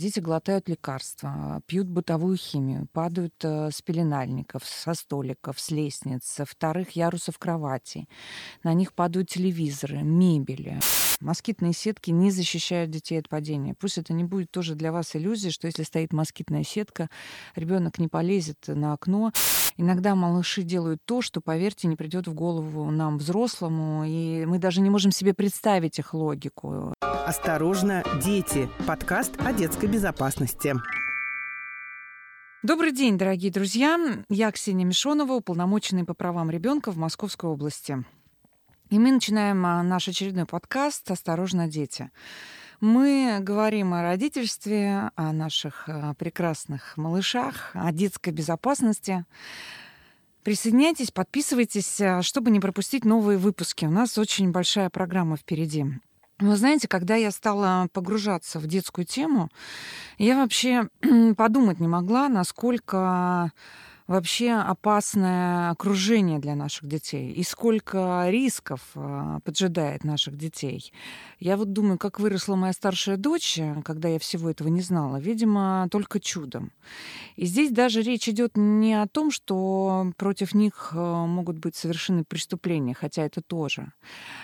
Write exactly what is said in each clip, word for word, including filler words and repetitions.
Дети глотают лекарства, пьют бытовую химию, падают э, с пеленальников, со столиков, с лестниц, со вторых ярусов кровати. На них падают телевизоры, мебель. Москитные сетки не защищают детей от падения. Пусть это не будет тоже для вас иллюзией, что если стоит москитная сетка, ребенок не полезет на окно. Иногда малыши делают то, что, поверьте, не придет в голову нам, взрослому, и мы даже не можем себе представить их логику. «Осторожно, дети» – подкаст о детской безопасности. Добрый день, дорогие друзья. Я Ксения Мишонова, уполномоченная по правам ребенка в Московской области. И мы начинаем наш очередной подкаст «Осторожно, дети». Мы говорим о родительстве, о наших прекрасных малышах, о детской безопасности. Присоединяйтесь, подписывайтесь, чтобы не пропустить новые выпуски. У нас очень большая программа впереди. Вы знаете, когда я стала погружаться в детскую тему, я вообще подумать не могла, насколько вообще опасное окружение для наших детей и сколько рисков э, поджидает наших детей. Я вот думаю, как выросла моя старшая дочь, когда я всего этого не знала, видимо, только чудом. И здесь даже речь идет не о том, что против них э, могут быть совершены преступления, хотя это тоже,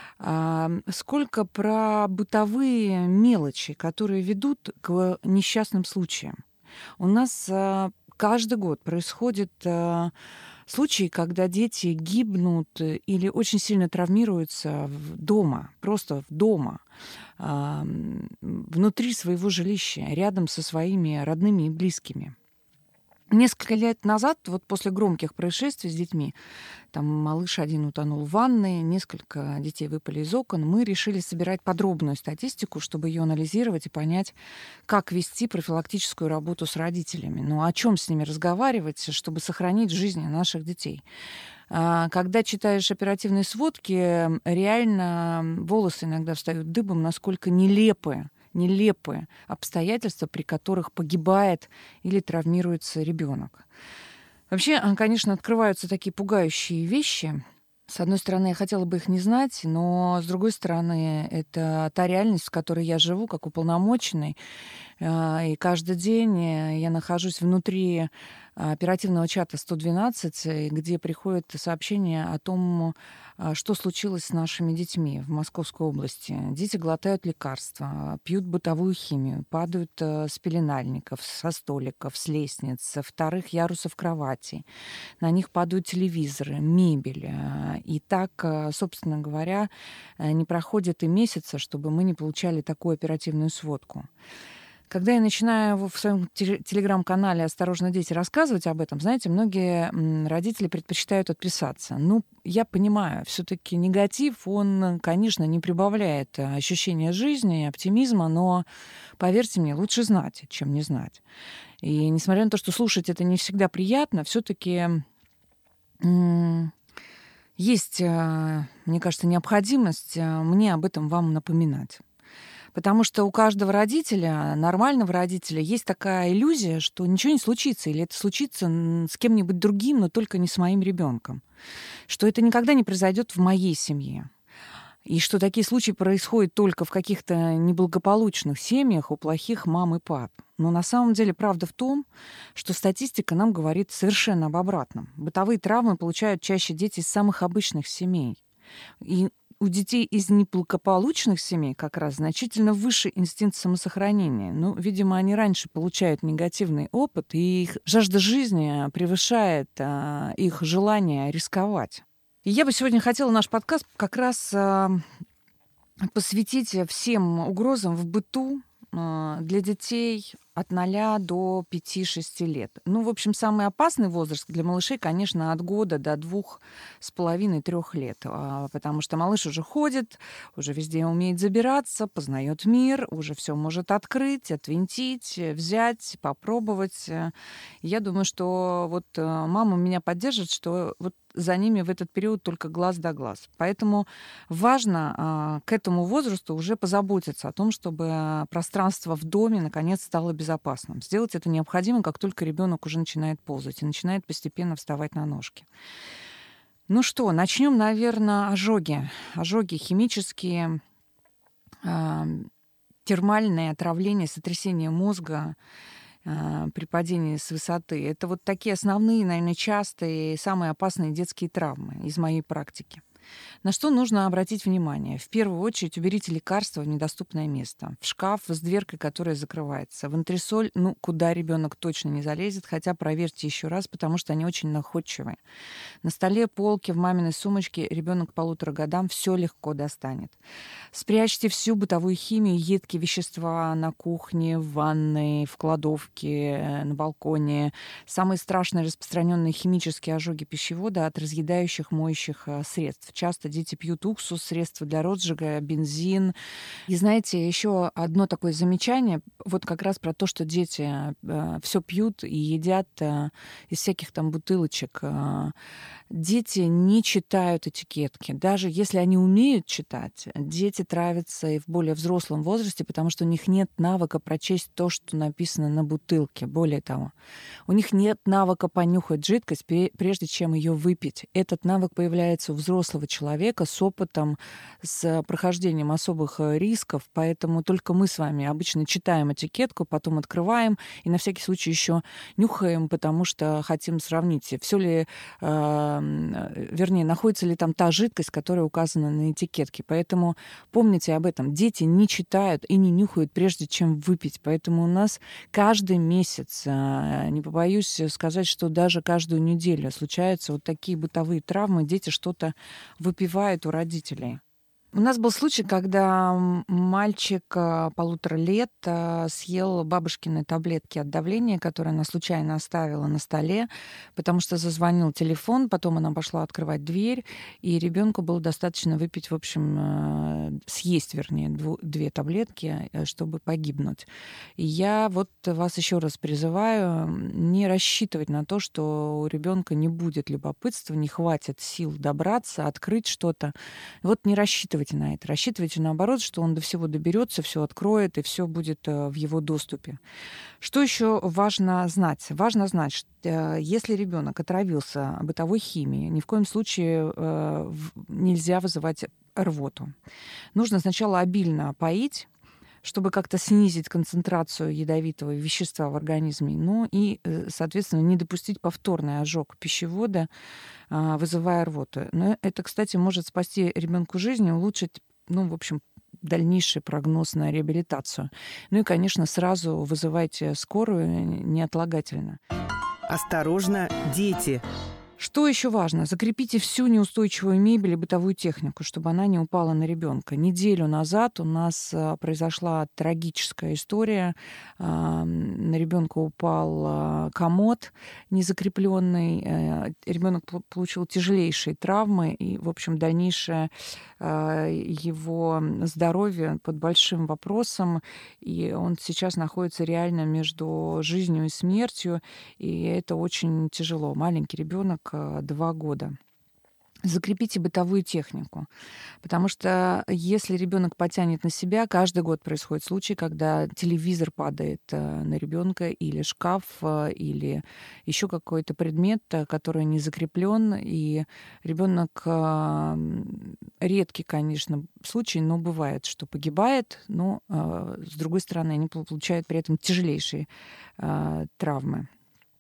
а сколько про бытовые мелочи, которые ведут к несчастным случаям. У нас э, каждый год происходят э, случаи, когда дети гибнут или очень сильно травмируются в- дома, просто в дома, а, м, внутри своего жилища, рядом со своими родными и близкими. Несколько лет назад, вот после громких происшествий с детьми, там малыш один утонул в ванной, несколько детей выпали из окон, мы решили собирать подробную статистику, чтобы ее анализировать и понять, как вести профилактическую работу с родителями. Ну, о чем с ними разговаривать, чтобы сохранить жизни наших детей. А, Когда читаешь оперативные сводки, реально волосы иногда встают дыбом, насколько нелепые нелепые обстоятельства, при которых погибает или травмируется ребенок. Вообще, а, конечно, открываются такие пугающие вещи. С одной стороны, я хотела бы их не знать, но с другой стороны, это та реальность, в которой я живу, как уполномоченный. А, И каждый день э, я нахожусь внутри а, оперативного чата сто двенадцать, э, где приходят сообщения о том, а, что случилось с нашими детьми в Московской области. Дети глотают лекарства, пьют бытовую химию, падают э, с пеленальников, со столиков, с лестниц, со вторых ярусов кровати. На них падают телевизоры, мебель. а, И так, э, собственно говоря, э, не проходит и месяца, чтобы мы не получали такую оперативную сводку. Когда я начинаю в в своем теле- телеграм-канале «Осторожно, дети» рассказывать об этом, знаете, многие м, родители предпочитают отписаться. Ну, я понимаю, все-таки негатив, он, э, конечно, не прибавляет э, ощущения жизни и оптимизма, но, поверьте мне, лучше знать, чем не знать. И несмотря на то, что слушать это не всегда приятно, все-таки есть, э, мне кажется, необходимость э, мне об этом вам напоминать. Потому что у каждого родителя, нормального родителя, есть такая иллюзия, что ничего не случится, или это случится м, с кем-нибудь другим, но только не с моим ребенком. Что это никогда не произойдет в моей семье. И что такие случаи происходят только в каких-то неблагополучных семьях у плохих мам и пап. Но на самом деле правда в том, что статистика нам говорит совершенно об обратном. Бытовые травмы получают чаще дети из самых обычных семей. И у детей из неблагополучных семей как раз значительно выше инстинкт самосохранения. Ну, видимо, они раньше получают негативный опыт, и их жажда жизни превышает а, их желание рисковать. И я бы сегодня хотела наш подкаст как раз а, посвятить всем угрозам в быту а, для детей от ноля до пяти-шести лет. Ну, в общем, самый опасный возраст для малышей, конечно, от года до двух с половиной трех лет, а, потому что малыш уже ходит, уже везде умеет забираться, познает мир, уже все может открыть, отвинтить, э, взять, попробовать. Э. Я думаю, что вот э, мама меня поддержит, что вот за ними в этот период только глаз да глаз. Поэтому важно а, к этому возрасту уже позаботиться о том, чтобы пространство в доме наконец стало безопасным. Сделать это необходимо, как только ребенок уже начинает ползать и начинает постепенно вставать на ножки. Ну что, начнем, наверное, ожоги. Ожоги химические. А, термальное отравление, сотрясение мозга э, при падении с высоты. Это вот такие основные, наверное, частые и самые опасные детские травмы из моей практики. На что нужно обратить внимание? В первую очередь уберите лекарства в недоступное место. В шкаф с дверкой, которая закрывается. В антресоль, ну, куда ребенок точно не залезет, хотя проверьте еще раз, потому что они очень находчивые. На столе, полке, в маминой сумочке ребенок полутора годам все легко достанет. Спрячьте всю бытовую химию, едкие вещества на кухне, в ванной, в кладовке, на балконе. Самые страшные распространенные химические ожоги пищевода от разъедающих моющих средств. Часто дети пьют уксус, средства для розжига, бензин. И знаете, еще одно такое замечание, вот как раз про то, что дети э, все пьют и едят э, из всяких там бутылочек. Э, дети не читают этикетки. Даже если они умеют читать, дети травятся и в более взрослом возрасте, потому что у них нет навыка прочесть то, что написано на бутылке. Более того, у них нет навыка понюхать жидкость, прежде чем ее выпить. Этот навык появляется у взрослого человека с опытом, с прохождением особых рисков, поэтому только мы с вами обычно читаем этикетку, потом открываем и на всякий случай еще нюхаем, потому что хотим сравнить, все ли, э, вернее, находится ли там та жидкость, которая указана на этикетке. Поэтому помните об этом. Дети не читают и не нюхают, прежде чем выпить. Поэтому у нас каждый месяц, э, не побоюсь сказать, что даже каждую неделю случаются вот такие бытовые травмы, дети что-то выпивают у родителей. У нас был случай, когда мальчик э, полутора лет э, съел бабушкины таблетки от давления, которые она случайно оставила на столе, потому что зазвонил телефон, потом она пошла открывать дверь, и ребенку было достаточно выпить, в общем, э, съесть, вернее, дву- две таблетки, э, чтобы погибнуть. И я вот вас еще раз призываю не рассчитывать на то, что у ребенка не будет любопытства, не хватит сил добраться, открыть что-то. Вот не рассчитывайте на это. Рассчитывайте, наоборот, что он до всего доберется, все откроет, и все будет э, в его доступе. Что еще важно знать? Важно знать, что э, если ребенок отравился бытовой химией, ни в коем случае э, в- нельзя вызывать рвоту. Нужно сначала обильно поить, чтобы как-то снизить концентрацию ядовитого вещества в организме, ну и, э, соответственно, не допустить повторный ожог пищевода, а, вызывая рвоту. Но это, кстати, может спасти ребенку жизнь и улучшить, ну, в общем, дальнейший прогноз на реабилитацию. Ну и, конечно, сразу вызывайте скорую неотлагательно. Осторожно, дети. Что еще важно? Закрепите всю неустойчивую мебель и бытовую технику, чтобы она не упала на ребенка. Неделю назад у нас а, произошла трагическая история. А, на ребенка упал а, комод незакрепленный. А, ребенок пл- получил тяжелейшие травмы, и, в общем, дальнейшее а, его здоровье под большим вопросом. И он сейчас находится реально между жизнью и смертью, и это очень тяжело. Маленький ребенок, э, два года. Закрепите бытовую технику, потому что если ребенок потянет на себя, каждый год происходит случай, когда телевизор падает э, на ребенка, или шкаф, э, или еще какой-то предмет, э, который не закреплен, и ребенок, э, м, редкий, конечно, случай, но бывает, что погибает, но э, с другой стороны они пол- получают при этом тяжелейшие э, травмы.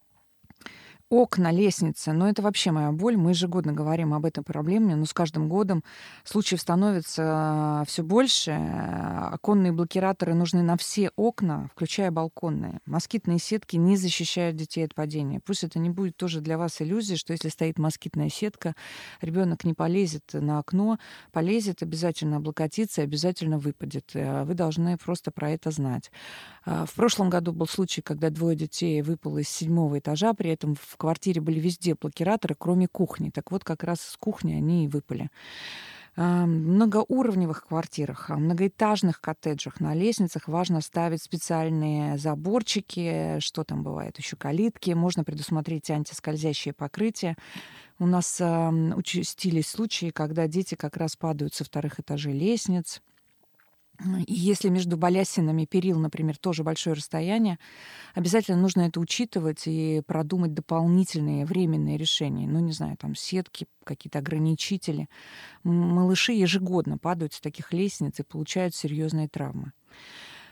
Окна, лестницы, но это вообще моя боль. Мы ежегодно говорим об этой проблеме, но с каждым годом случаев становится все больше. Э, Оконные блокираторы нужны на все окна, включая балконные. Москитные сетки не защищают детей от падения. Пусть это не будет тоже для вас иллюзией, что если стоит москитная сетка, ребенок не полезет на окно, полезет, обязательно облокотится и обязательно выпадет. Э, Вы должны просто про это знать. А, В прошлом году был случай, когда двое детей выпало из седьмого этажа, при этом в квартире были везде блокираторы, кроме кухни. Так вот, как раз с кухни они и выпали. А, В многоуровневых квартирах, а, многоэтажных коттеджах на лестницах важно ставить специальные заборчики, что там бывает, еще калитки. Можно предусмотреть антискользящее покрытие. У нас а, м, участились случаи, когда дети как раз падают со вторых этажей лестниц. И если между балясинами перил, например, тоже большое расстояние, обязательно нужно это учитывать и продумать дополнительные временные решения. Ну, не знаю, там сетки, какие-то ограничители. М, Малыши ежегодно падают с таких лестниц и получают серьезные травмы.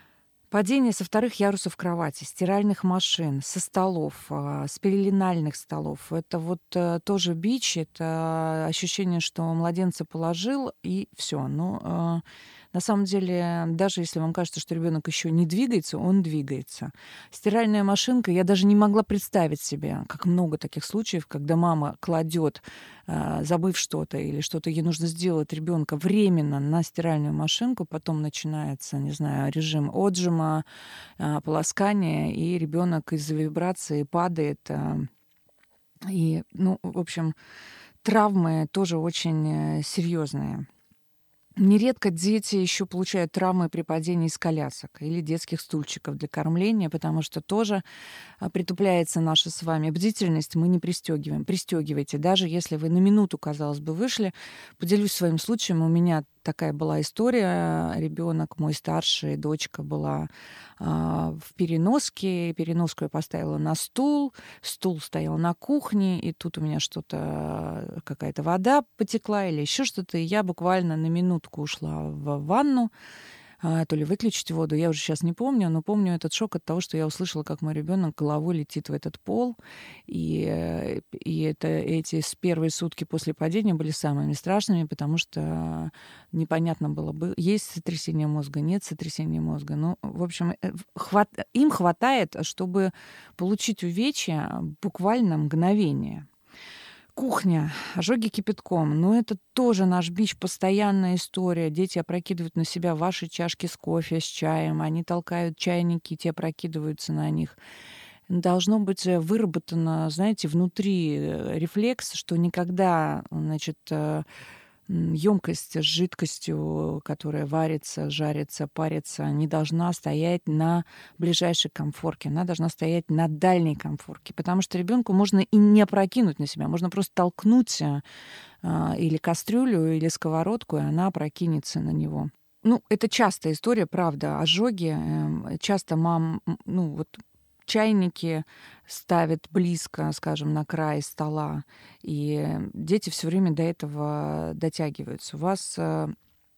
Падение со вторых ярусов кровати, стиральных машин, со столов, а, с пеленальных столов. Это вот э, тоже бич, это ощущение, что младенца положил и все. Но э, на самом деле, даже если вам кажется, что ребенок еще не двигается, он двигается. Стиральная машинка, я даже не могла представить себе, как много таких случаев, когда мама кладет, э, забыв что-то или что-то ей нужно сделать ребенка временно на стиральную машинку, потом начинается, не знаю, режим отжима, а, полоскания, и ребенок из-за вибрации падает. а, И, ну, в общем, травмы тоже очень э, серьезные. Нередко дети еще получают травмы при падении с колясок или детских стульчиков для кормления, потому что тоже а, притупляется наша с вами бдительность, мы не пристегиваем. Пристегивайте, даже если вы на минуту, казалось бы, вышли. Поделюсь своим случаем. У меня такая была история. Ребенок мой старший, дочка была а, в переноске. Переноску я поставила на стул. Стул стоял на кухне, и тут у меня что-то, какая-то вода потекла или еще что-то. И я буквально на минутку ушла в ванну, а, то ли выключить воду, я уже сейчас не помню, но помню этот шок от того, что я услышала, как мой ребенок головой летит в этот пол. И, э, и это, эти с первые сутки после падения были самыми страшными, потому что непонятно было, бы, есть сотрясение мозга, нет сотрясения мозга. Ну, в общем, э, хват, им хватает, чтобы получить увечья буквально мгновение. Кухня, ожоги кипятком. Ну, это тоже наш бич, постоянная история. Дети опрокидывают на себя ваши чашки с кофе, с чаем. Они толкают чайники, те опрокидываются на них. Должно быть э, выработано, знаете, внутри э, рефлекс, что никогда, значит, э, м, емкость с жидкостью, которая варится, жарится, парится, не должна стоять на ближайшей комфорке. Она должна стоять на дальней комфорке. Потому что ребенку можно и не опрокинуть на себя, можно просто толкнуть э, а, или кастрюлю, или сковородку, и она опрокинется на него. Ну, это частая история, правда, ожоги. эм, Часто мам, м, ну, вот чайники ставят близко, скажем, на край стола, и дети все время до этого дотягиваются. У вас э,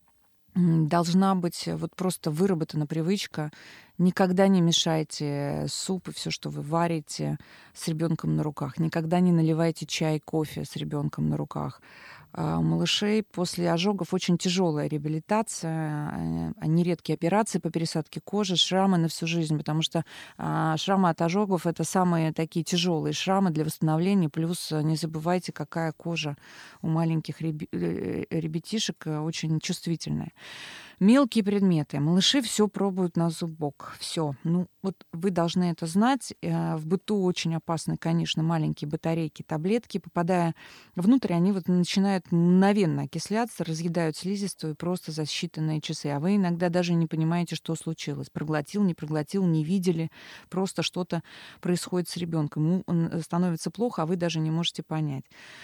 м, должна быть вот просто выработана привычка: никогда не мешайте суп и все, что вы варите, с ребенком на руках. Никогда не наливайте чай, кофе с ребенком на руках. А У малышей после ожогов очень тяжелая реабилитация, э, они редкие операции по пересадке кожи, шрамы на всю жизнь, потому что а, шрамы от ожогов — это самые такие тяжелые шрамы для восстановления. Плюс э, не забывайте, какая кожа у маленьких реби- э, э, ребятишек э, очень чувствительная. Мелкие предметы. Малыши все пробуют на зубок. Все. Ну, вот вы должны это знать. Э, В быту очень опасны, конечно, маленькие батарейки, таблетки. Попадая внутрь, они вот начинают мгновенно окисляться, разъедают слизистую просто за считанные часы. А вы иногда даже не понимаете, что случилось. Проглотил, не проглотил, не видели. Просто что-то происходит с ребенком. Ему он становится плохо, а вы даже не можете понять.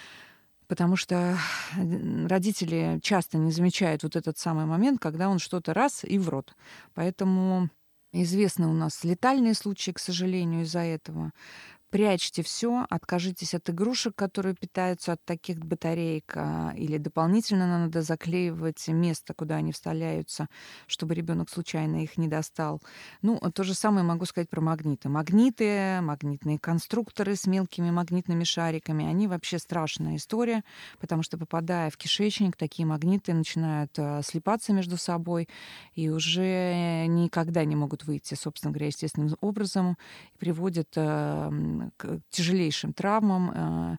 Потому что э, родители часто не замечают вот этот самый момент, когда он что-то раз и в рот. Поэтому известны у нас летальные случаи, к сожалению, из-за этого. Прячьте все, откажитесь от игрушек, которые питаются от таких батареек, а, или дополнительно надо заклеивать место, куда они вставляются, чтобы ребенок случайно их не достал. Ну, то же самое могу сказать про магниты. Магниты, магнитные конструкторы с мелкими магнитными шариками, они вообще страшная история, потому что, попадая в кишечник, такие магниты начинают а, слипаться между собой и уже никогда не могут выйти, собственно говоря, естественным образом, и приводят а, м, к тяжелейшим травмам. А,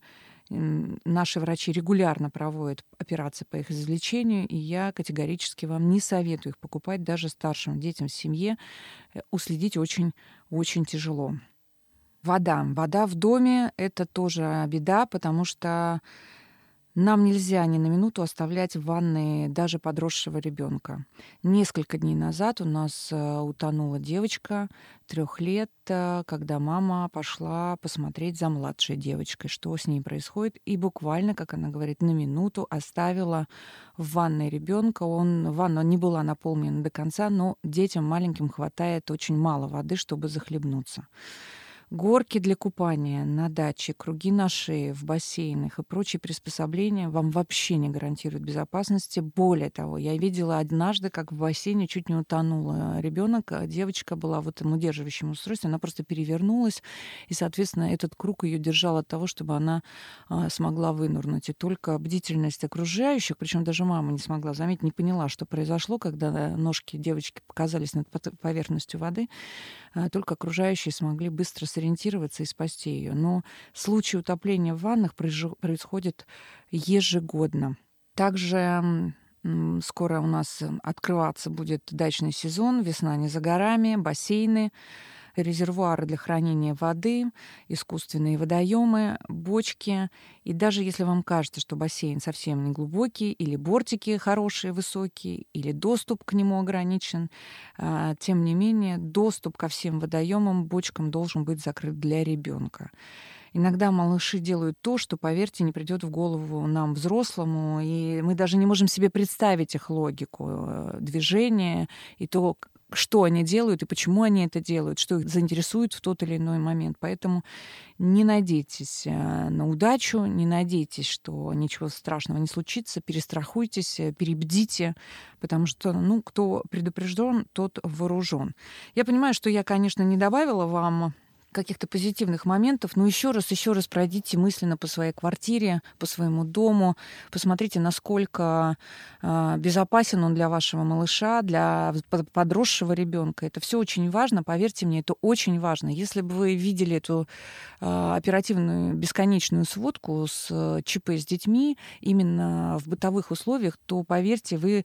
м, Наши врачи регулярно проводят операции по их извлечению, и я категорически вам не советую их покупать даже старшим детям в семье. Э, Уследить очень-очень тяжело. Вода. Вода в доме — это тоже беда, потому что нам нельзя ни на минуту оставлять в ванной даже подросшего ребенка. Несколько дней назад у нас э, утонула девочка трех лет, э, когда мама пошла посмотреть за младшей девочкой, что с ней происходит, и буквально, как она говорит, на минуту оставила в ванной ребенка. Он, ванна не была наполнена до конца, но детям маленьким хватает очень мало воды, чтобы захлебнуться. Горки для купания на даче, круги на шее, в бассейнах и прочие приспособления вам вообще не гарантируют безопасности. Более того, я видела однажды, как в бассейне чуть не утонула ребенок. Девочка была в этом удерживающем устройстве, она просто перевернулась, и, соответственно, этот круг ее держал от того, чтобы она а, смогла вынырнуть. И только бдительность окружающих, причем даже мама не смогла заметить, не поняла, что произошло, когда ножки девочки показались над поверхностью воды, а, только окружающие смогли быстро сориентироваться и спасти ее. Но случаи утопления в ваннах происходят ежегодно. Также м, скоро у нас открываться будет дачный сезон, весна не за горами, бассейны, резервуары для хранения воды, искусственные водоемы, бочки. И даже если вам кажется, что бассейн совсем не глубокий, или бортики хорошие, высокие, или доступ к нему ограничен, а, тем не менее доступ ко всем водоемам, бочкам должен быть закрыт для ребенка. Иногда малыши делают то, что, поверьте, не придет в голову нам, взрослому, и мы даже не можем себе представить их логику движения и то, что они делают и почему они это делают, что их заинтересует в тот или иной момент. Поэтому не надейтесь на удачу, не надейтесь, что ничего страшного не случится, перестрахуйтесь, перебдите, потому что, ну, кто предупрежден, тот вооружен. Я понимаю, что я, конечно, не добавила вам каких-то позитивных моментов, но еще раз, еще раз пройдите мысленно по своей квартире, по своему дому, посмотрите, насколько э, безопасен он для вашего малыша, для подросшего ребенка. Это все очень важно, поверьте мне, это очень важно. Если бы вы видели эту э, оперативную бесконечную сводку с э, ЧП с детьми именно в бытовых условиях, то, поверьте, вы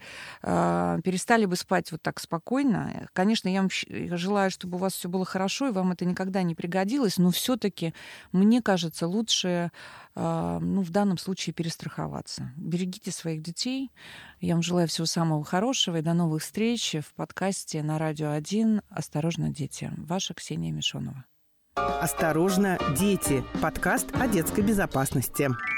э, перестали бы спать вот так спокойно. Конечно, я вам желаю, чтобы у вас все было хорошо, и вам это никогда не пригодилось, но все-таки, мне кажется, лучше э, ну, в данном случае перестраховаться. Берегите своих детей. Я вам желаю всего самого хорошего и до новых встреч в подкасте на Радио один «Осторожно, дети». Ваша Ксения Мишонова. «Осторожно, дети» – подкаст о детской безопасности.